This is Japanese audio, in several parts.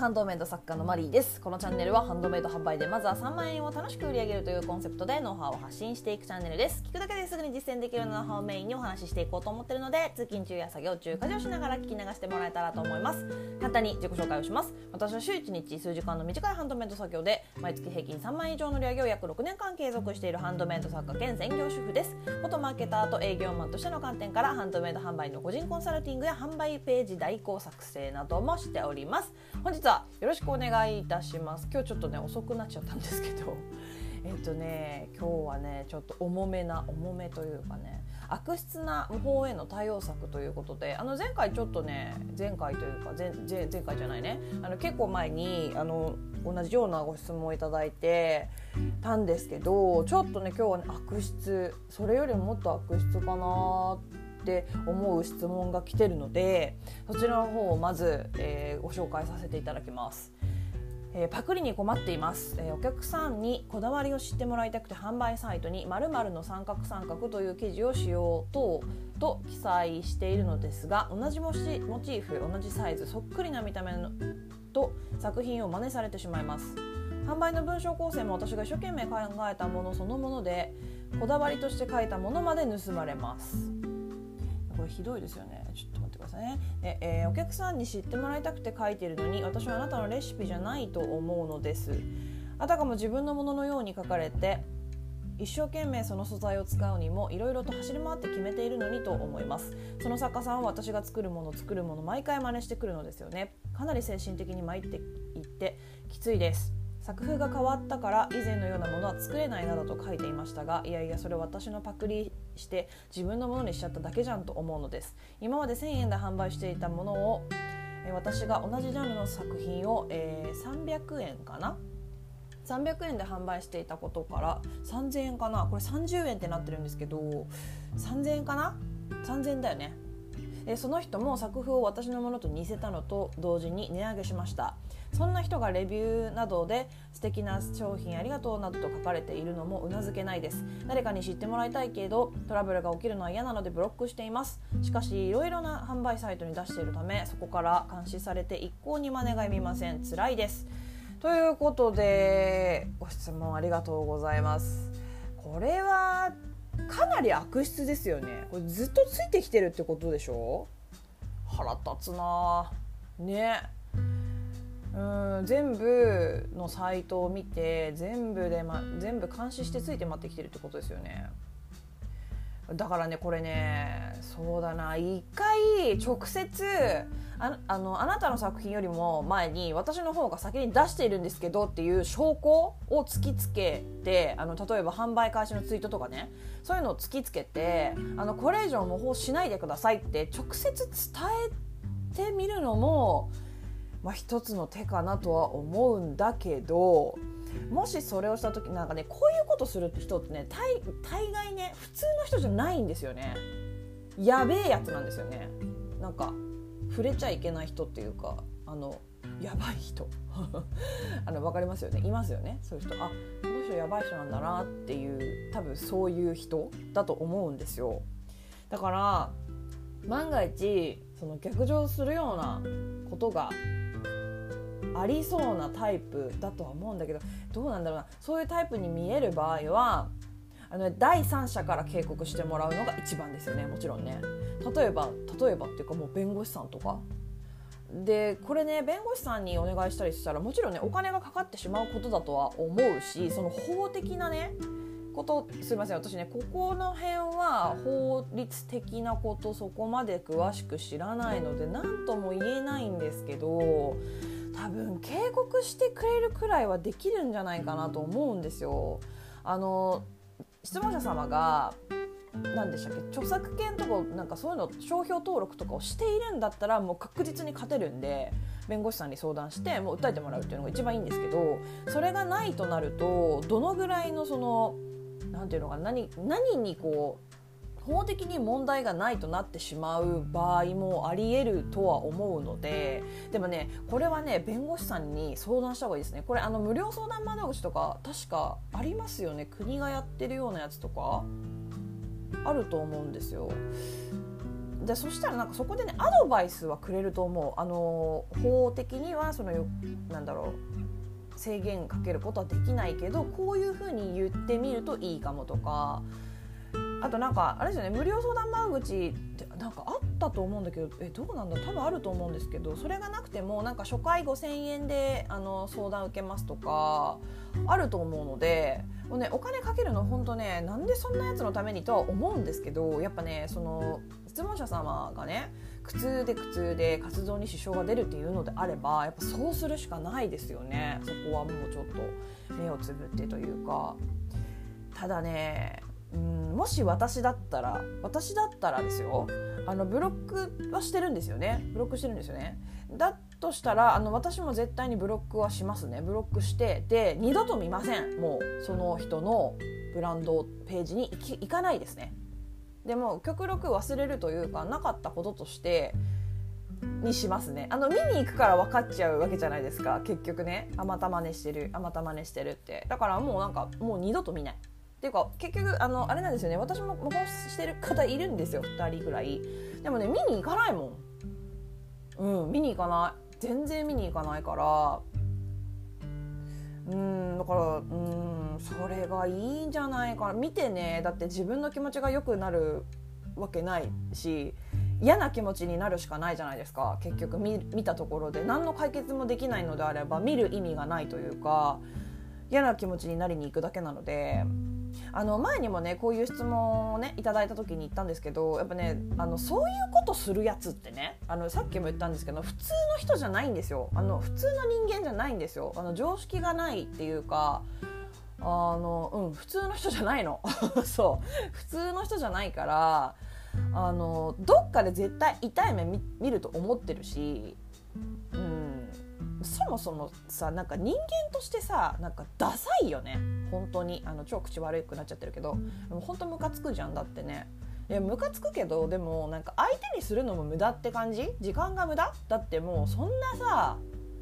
ハンドメイド作家のマリーです。このチャンネルはハンドメイド販売でまずは3万円を楽しく売り上げるというコンセプトでノウハウを発信していくチャンネルです。聞くだけですぐに実践できるノウハウをメインにお話ししていこうと思っているので、通勤中や作業中、家事をしながら聞き流してもらえたらと思います。簡単に自己紹介をします。私は週1日数時間の短いハンドメイド作業で毎月平均3万円以上の売り上げを約6年間継続しているハンドメイド作家兼専業主婦です。元マーケターと営業マンとしての観点からハンドメイド販売の個人コンサルティングや販売ページ代行作成などもしております。本日はよろしくお願いいたします。今日ちょっとね遅くなっちゃったんですけど今日はねちょっと重めというかね、悪質な無法への対応策ということで、前回というか前回じゃないね、結構前に同じようなご質問をいただいてたんですけど、ちょっとね今日はね悪質、それよりももっと悪質かなって思う質問が来てるので、そちらの方をまず、ご紹介させていただきます。パクリに困っています。お客さんにこだわりを知ってもらいたくて販売サイトに〇〇の三角という記事をしようと記載しているのですが、同じモチーフ、同じサイズ、そっくりな見た目のと作品を真似されてしまいます。販売の文章構成も私が一生懸命考えたものそのもので、こだわりとして書いたものまで盗まれます。これひどいですよね。ちょっと待ってくださいね。お客さんに知ってもらいたくて書いているのに、私はあなたのレシピじゃないと思うのです。あたかも自分のもののように書かれて、一生懸命その素材を使うにもいろいろと走り回って決めているのにと思います。その作家さんは私が作るもの毎回真似してくるのですよね。かなり精神的に参っていってきついです。作風が変わったから以前のようなものは作れないなどと書いていましたが、いやいやそれ私のパクリして自分のものにしちゃっただけじゃんと思うのです。今まで1000円で販売していたものを、私が同じジャンルの作品を、300円かな300円で販売していたことから3000円かな、これ30円ってなってるんですけど3000円かな、3000円だよね。その人も作風を私のものと似せたのと同時に値上げしました。そんな人がレビューなどで素敵な商品ありがとうなどと書かれているのもうなずけないです。誰かに知ってもらいたいけどトラブルが起きるのは嫌なのでブロックしています。しかしいろいろな販売サイトに出しているため、そこから監視されて一向に真似が見ません。辛いです。ということでご質問ありがとうございます。これはかなり悪質ですよね。これずっとついてきてるってことでしょ。腹立つなね。全部のサイトを見て全部監視してついて回ってきてるってことですよね。だからねこれね、そうだな、一回直接あなたの作品よりも前に私の方が先に出しているんですけどっていう証拠を突きつけて、例えば販売開始のツイートとかね、そういうのを突きつけてこれ以上模倣しないでくださいって直接伝えてみるのも、一つの手かなとは思うんだけど、もしそれをした時こういうことする人ってね、大概ね普通の人じゃないんですよね。やべえやつなんですよね。触れちゃいけない人っていうかやばい人わかりますよね。いますよね、そういう人。この人やばい人なんだなっていう、多分そういう人だと思うんですよ。だから万が一その逆上するようなことがありそうなタイプだとは思うんだけど、どうなんだろうな、そういうタイプに見える場合は第三者から警告してもらうのが一番ですよね。もちろんね、例えばっていうかもう弁護士さんとかで、これね弁護士さんにお願いしたりしたらもちろんねお金がかかってしまうことだとは思うし、その法的なねこと、すいません私ねここの辺は法律的なことそこまで詳しく知らないので何とも言えないんですけど、多分警告してくれるくらいはできるんじゃないかなと思うんですよ。質問者様が何でしたっけ、著作権とかそういうの商標登録とかをしているんだったらもう確実に勝てるんで、弁護士さんに相談してもう訴えてもらうっていうのが一番いいんですけど、それがないとなるとどのぐらいのなんていうのか何に法的に問題がないとなってしまう場合もあり得るとは思うので、でもねこれはね弁護士さんに相談した方がいいですね。これ無料相談窓口とか確かありますよね。国がやってるようなやつとかあると思うんですよ。 でそしたらなんかそこでねアドバイスはくれると思う。法的にはそのなんだろう制限かけることはできないけど、こういう風に言ってみるといいかもとか、あとなんかあれですよね、無料相談窓口ってなんかあったと思うんだけど、どうなんだ、多分あると思うんですけど、それがなくてもなんか初回5000円で相談受けますとかあると思うので、もうねお金かけるの本当ね、なんでそんなやつのためにとは思うんですけど、やっぱねその質問者様がね苦痛で活動に支障が出るっていうのであれば、やっぱそうするしかないですよね。そこはもうちょっと目をつぶってというか。ただね、もし私だったらですよ、ブロックはしてるんですよね。だとしたら私も絶対にブロックはしますね。ブロックして、で二度と見ません。もうその人のブランドページに行かないですね。でも極力忘れるというか、なかったこととしてにしますね。見に行くから分かっちゃうわけじゃないですか、結局ね。あまた真似してるって。だからもう二度と見ないっていうか、結局あれなんですよね。私も模倣してる方いるんですよ、2人ぐらい。でもね見に行かないもん。見に行かない。全然見に行かないから、だからそれがいいんじゃないかな。見てね、だって自分の気持ちが良くなるわけないし、嫌な気持ちになるしかないじゃないですか。結局 見たところで何の解決もできないのであれば見る意味がないというか、嫌な気持ちになりに行くだけなので。前にもねこういう質問をねいただいた時に言ったんですけど、やっぱねそういうことするやつってね、さっきも言ったんですけど、普通の人じゃないんですよ。普通の人間じゃないんですよ。常識がないっていうか、普通の人じゃないのそう普通の人じゃないから、どっかで絶対痛い目 見ると思ってるし、そもそもさ、なんか人間としてさ、なんかダサいよね本当に。超口悪くなっちゃってるけど、でも本当ムカつくじゃん。だってね、いやムカつくけど、でもなんか相手にするのも無駄って感じ。時間が無駄だって。もうそんなさ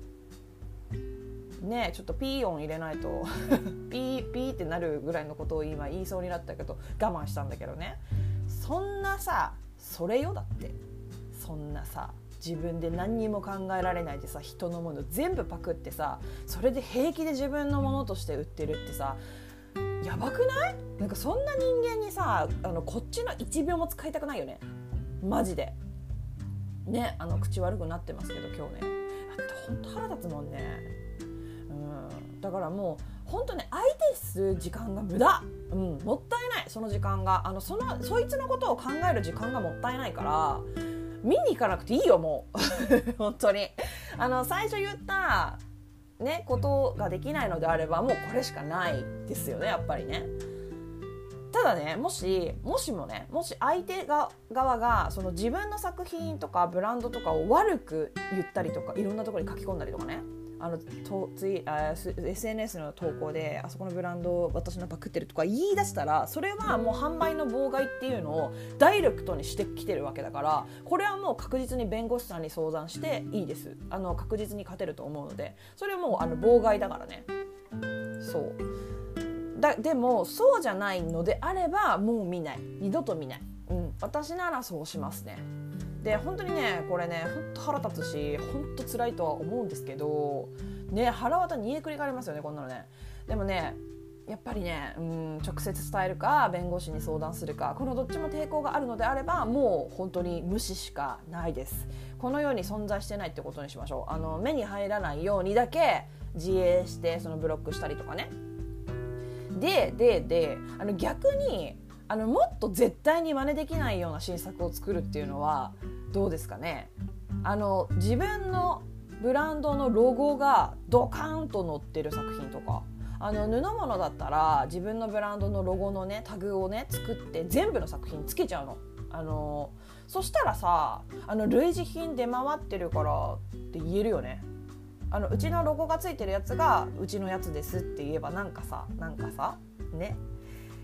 ね、ちょっとピー音入れないとピーってなるぐらいのことを今言いそうになったけど我慢したんだけどね。そんなさ、それよ。だってそんなさ、自分で何にも考えられないでさ、人のもの全部パクってさ、それで平気で自分のものとして売ってるってさ、やばくない？なんかそんな人間にさ、こっちの1秒も使いたくないよね、マジでね。口悪くなってますけど今日ね、ほんと腹立つもんね。だからもう本当ね、相手する時間が無駄。もったいない。その時間がそいつのことを考える時間がもったいないから、見に行かなくていいよもう本当に。最初言ったねことができないのであれば、もうこれしかないですよね、やっぱりね。ただね、もし相手側がその自分の作品とかブランドとかを悪く言ったりとか、いろんなところに書き込んだりとかね、SNS の投稿であそこのブランドを私のパクってるとか言い出したら、それはもう販売の妨害っていうのをダイレクトにしてきてるわけだから、これはもう確実に弁護士さんに相談していいです。確実に勝てると思うので、それはもう妨害だからね。そうでもそうじゃないのであればもう見ない、二度と見ない。私ならそうしますね。で本当にね、これね本当腹立つし、本当辛いとは思うんですけどね、腹渡煮えくり返りますよね、こんなのね。でもね、やっぱりね、直接伝えるか弁護士に相談するか、このどっちも抵抗があるのであれば、もう本当に無視しかないです。この世に存在してないってことにしましょう。目に入らないようにだけ自衛して、そのブロックしたりとかね。で逆にもっと絶対に真似できないような新作を作るっていうのはどうですかね。自分のブランドのロゴがドカーンと載ってる作品とか、布物だったら自分のブランドのロゴのねタグをね作って全部の作品つけちゃうの。そしたらさ、類似品出回ってるからって言えるよね。うちのロゴがついてるやつがうちのやつですって言えば、なんかさね、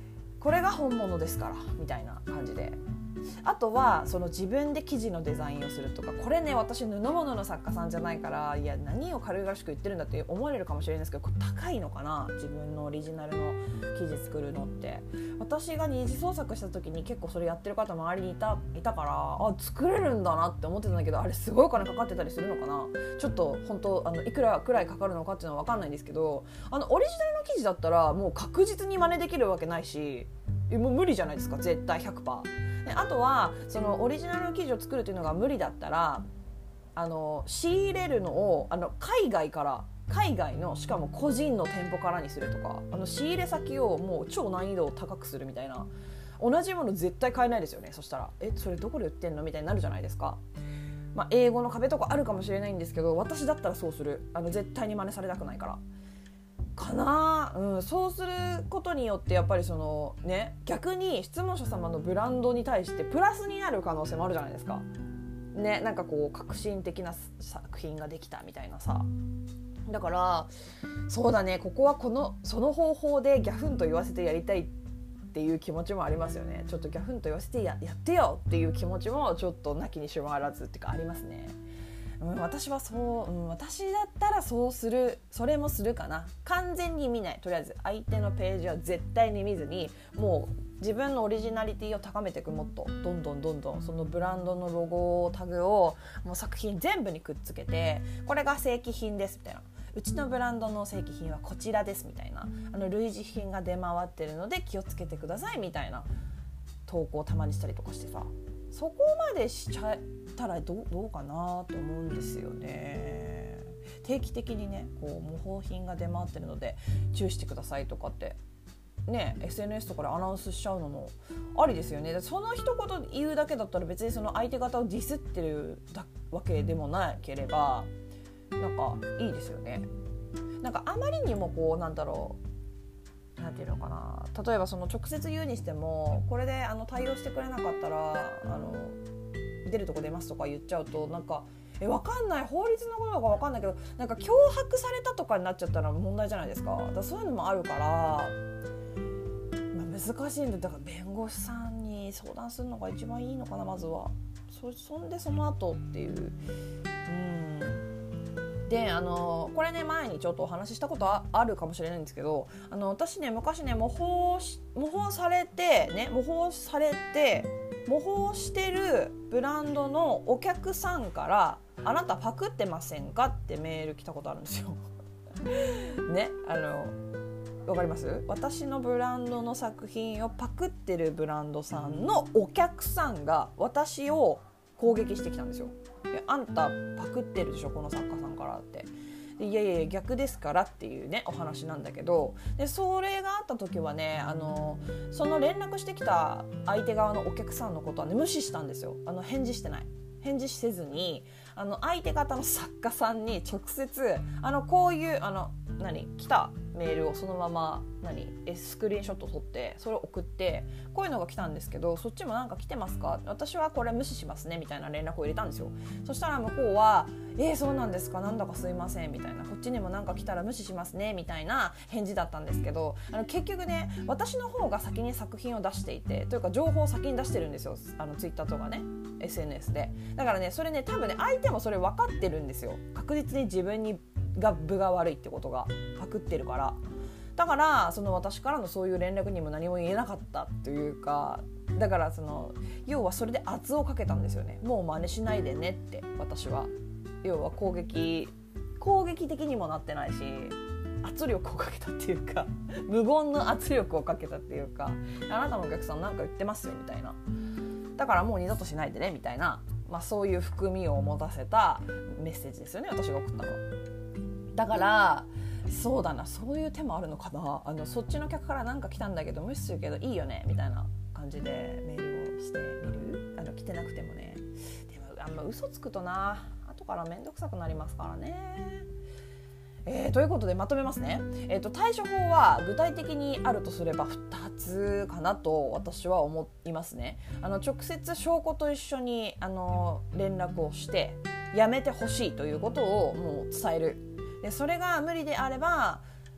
これが本物ですからみたいな感じで、あとはその自分で生地のデザインをするとか、これね私布物の作家さんじゃないから、いや何を軽々しく言ってるんだって思われるかもしれないんですけど、これ高いのかな、自分のオリジナルの生地作るのって。私が二次創作した時に結構それやってる方周りにいたから、作れるんだなって思ってたんだけど、あれすごいお金かかってたりするのかな、ちょっと本当いくらくらいかかるのかっていうのは分かんないんですけど、オリジナルの生地だったらもう確実に真似できるわけないし、もう無理じゃないですか絶対 100%。であとはそのオリジナルの生地を作るというのが無理だったら、仕入れるのを海外のしかも個人の店舗からにするとか、仕入れ先をもう超難易度を高くするみたいな。同じもの絶対買えないですよね。そしたらそれどこで売ってんのみたいになるじゃないですか。英語の壁とかあるかもしれないんですけど、私だったらそうする。絶対に真似されたくないからかな、そうすることによってやっぱりそのね、逆に質問者様のブランドに対してプラスになる可能性もあるじゃないですかね。なんかこう革新的な作品ができたみたいなさ。だからそうだね、ここはその方法でギャフンと言わせてやりたいっていう気持ちもありますよね。ちょっとギャフンと言わせて やってよっていう気持ちもちょっとなきにしもあらずっていうかありますね。私は私だったらそうする。それもするかな。完全に見ない。とりあえず相手のページは絶対に見ずに、もう自分のオリジナリティを高めていく。もっとどんどんそのブランドのロゴタグをもう作品全部にくっつけて、これが正規品ですみたいな、うちのブランドの正規品はこちらですみたいな、類似品が出回ってるので気をつけてくださいみたいな投稿をたまにしたりとかしてさ、そこまでしちゃったらどうかなと思うんですよね。定期的にねこう模倣品が出回ってるので注意してくださいとかってね SNS とかでアナウンスしちゃうのもありですよね。その一言言うだけだったら別にその相手方をディスってるわけでもなければなんかいいですよね。なんかあまりにもこうなんていうのかな、例えばその直接言うにしても、これで対応してくれなかったら出るとこ出ますとか言っちゃうと、なんか分かんない、法律のこととか分かんないけど、なんか脅迫されたとかになっちゃったら問題じゃないですか。だからそういうのもあるから、難しいんで、だから弁護士さんに相談するのが一番いいのかな、まずは。そんでその後っていう。でこれね前にちょっとお話ししたことあるかもしれないんですけど、私ね昔ね模倣されて模倣してるブランドのお客さんからあなたパクってませんかってメール来たことあるんですよね、わかります？私のブランドの作品をパクってるブランドさんのお客さんが私を攻撃してきたんですよ。あんたパクってるでしょこの作家さんからって。いやいや逆ですからっていうねお話なんだけど、でそれがあった時はねその連絡してきた相手側のお客さんのことはね無視したんですよ。返事せずに相手方の作家さんに直接こういう来たメールをそのままスクリーンショット撮ってそれを送って、こういうのが来たんですけどそっちもなんか来てますか、私はこれ無視しますねみたいな連絡を入れたんですよ。そしたら向こうはそうなんですか、なんだかすいませんみたいな、こっちにもなんか来たら無視しますねみたいな返事だったんですけど、結局ね私の方が先に作品を出していて、というか情報を先に出してるんですよ、ツイッターとかね SNS で。だからねそれね多分ね相手もそれ分かってるんですよ。確実に自分が分が悪いってことがパクってるから。だから私からのそういう連絡にも何も言えなかったというか、だから要はそれで圧をかけたんですよね。もう真似しないでねって。私は要は攻撃的にもなってないし、圧力をかけたっていうか無言の圧力をかけたっていうか、あなたのお客さんなんか言ってますよみたいな、だからもう二度としないでねみたいな、そういう含みを持たせたメッセージですよね、私が送ったの。だからそうだな、そういう手もあるのかな。そっちの客からなんか来たんだけど無視するけどいいよねみたいな感じでメールをしてみる。来てなくてもね。でもあんま嘘つくとな後からめんどくさくなりますからね。ということでまとめますね。対処法は具体的にあるとすれば2つかなと私は思いますね。直接証拠と一緒に連絡をしてやめてほしいということをもう伝える。でそれが無理であれば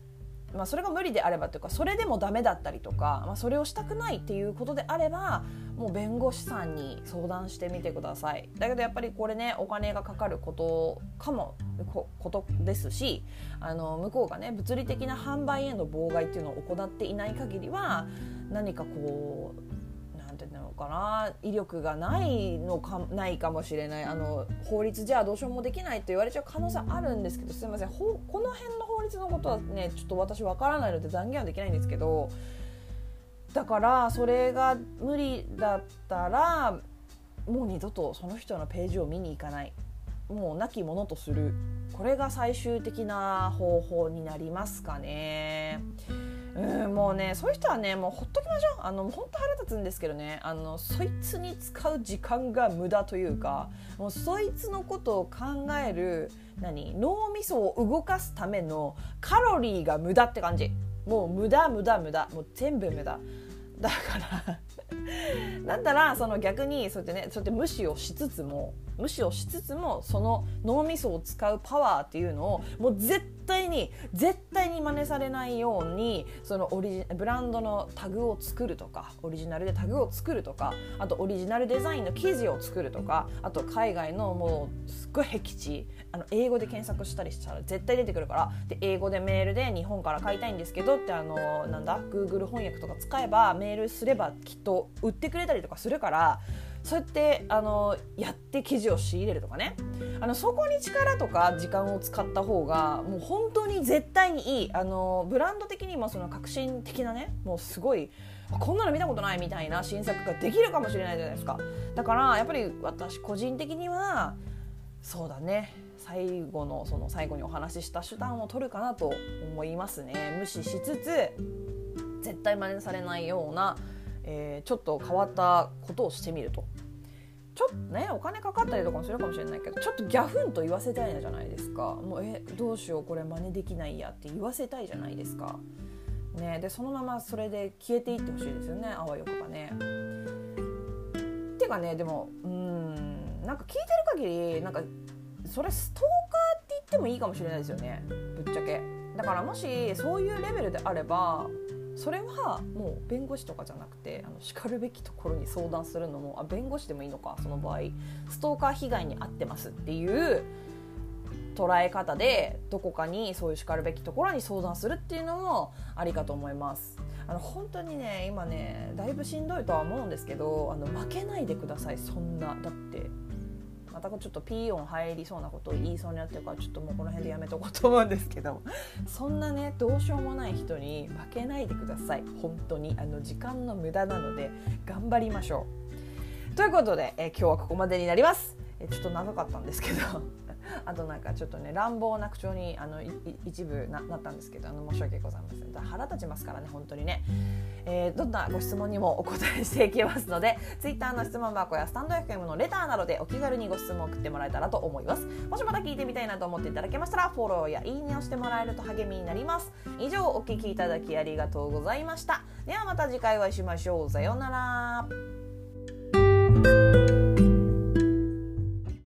それが無理であればというか、それでもダメだったりとか、それをしたくないっていうことであれば、もう弁護士さんに相談してみてください。だけどやっぱりこれね、お金がかかることですし、向こうがね物理的な販売への妨害っていうのを行っていない限りは、何かこうなんていうのかな、威力がないかもしれない、法律じゃどうしようもできないと言われちゃう可能性あるんですけど、すいません、この辺の法律のことはねちょっと私わからないので断言はできないんですけど、だからそれが無理だったらもう二度とその人のページを見に行かない、もう亡き者とする、これが最終的な方法になりますかね。もうね、そういう人はねもうほっときましょう。本当腹立つんですけどね、そいつに使う時間が無駄というか、もうそいつのことを考える脳みそを動かすためのカロリーが無駄って感じ。もう無駄、もう全部無駄だからだったら逆にそうやって無視をしつつもその脳みそを使うパワーっていうのをもう絶対に真似されないように、ブランドのタグを作るとか、オリジナルでタグを作るとか、あとオリジナルデザインの記事を作るとか、あと海外のもうすっごい僻地、英語で検索したりしたら絶対出てくるから、で英語でメールで日本から買いたいんですけどってGoogle 翻訳とか使えばメールすればきっと売ってくれたりとかするから、そうやってやって記事を仕入れるとかね、そこに力とか時間を使った方がもう本当に絶対にいい。ブランド的にも革新的なね、もうすごいこんなの見たことないみたいな新作ができるかもしれないじゃないですか。だからやっぱり私個人的にはそうだね、最後にお話しした手段を取るかなと思いますね。無視しつつ絶対真似されないようなちょっと変わったことをしてみると、ちょっとねお金かかったりとかもするかもしれないけど、ちょっとギャフンと言わせたいじゃないですか。もうどうしようこれ真似できないやって言わせたいじゃないですか、ね、でそのままそれで消えていってほしいですよね、あわよくばね。っていうかね、でもなんか聞いてる限りそれストーカーって言ってもいいかもしれないですよね、ぶっちゃけ。だからもしそういうレベルであれば、それはもう弁護士とかじゃなくて叱るべきところに相談するのも、弁護士でもいいのか、その場合ストーカー被害に遭ってますっていう捉え方でどこかにそういう叱るべきところに相談するっていうのもありかと思います。本当にね今ねだいぶしんどいとは思うんですけど、負けないでください。そんなだってまたちょっとピー音入りそうなことを言いそうになってるから、ちょっともうこの辺でやめとこうと思うんですけどそんなねどうしようもない人に負けないでください。本当に時間の無駄なので頑張りましょうということで、今日はここまでになります。ちょっと長かったんですけどあとちょっとね乱暴な口調に一部 なったんですけど申し訳ございません。腹立ちますからね本当にね、どんなご質問にもお答えしていきますので、Twitter の質問箱やスタンド FM のレターなどでお気軽にご質問を送ってもらえたらと思います。もしまた聞いてみたいなと思っていただけましたらフォローやいいねをしてもらえると励みになります。以上お聞きいただきありがとうございました。ではまた次回お会いしましょう。さようなら。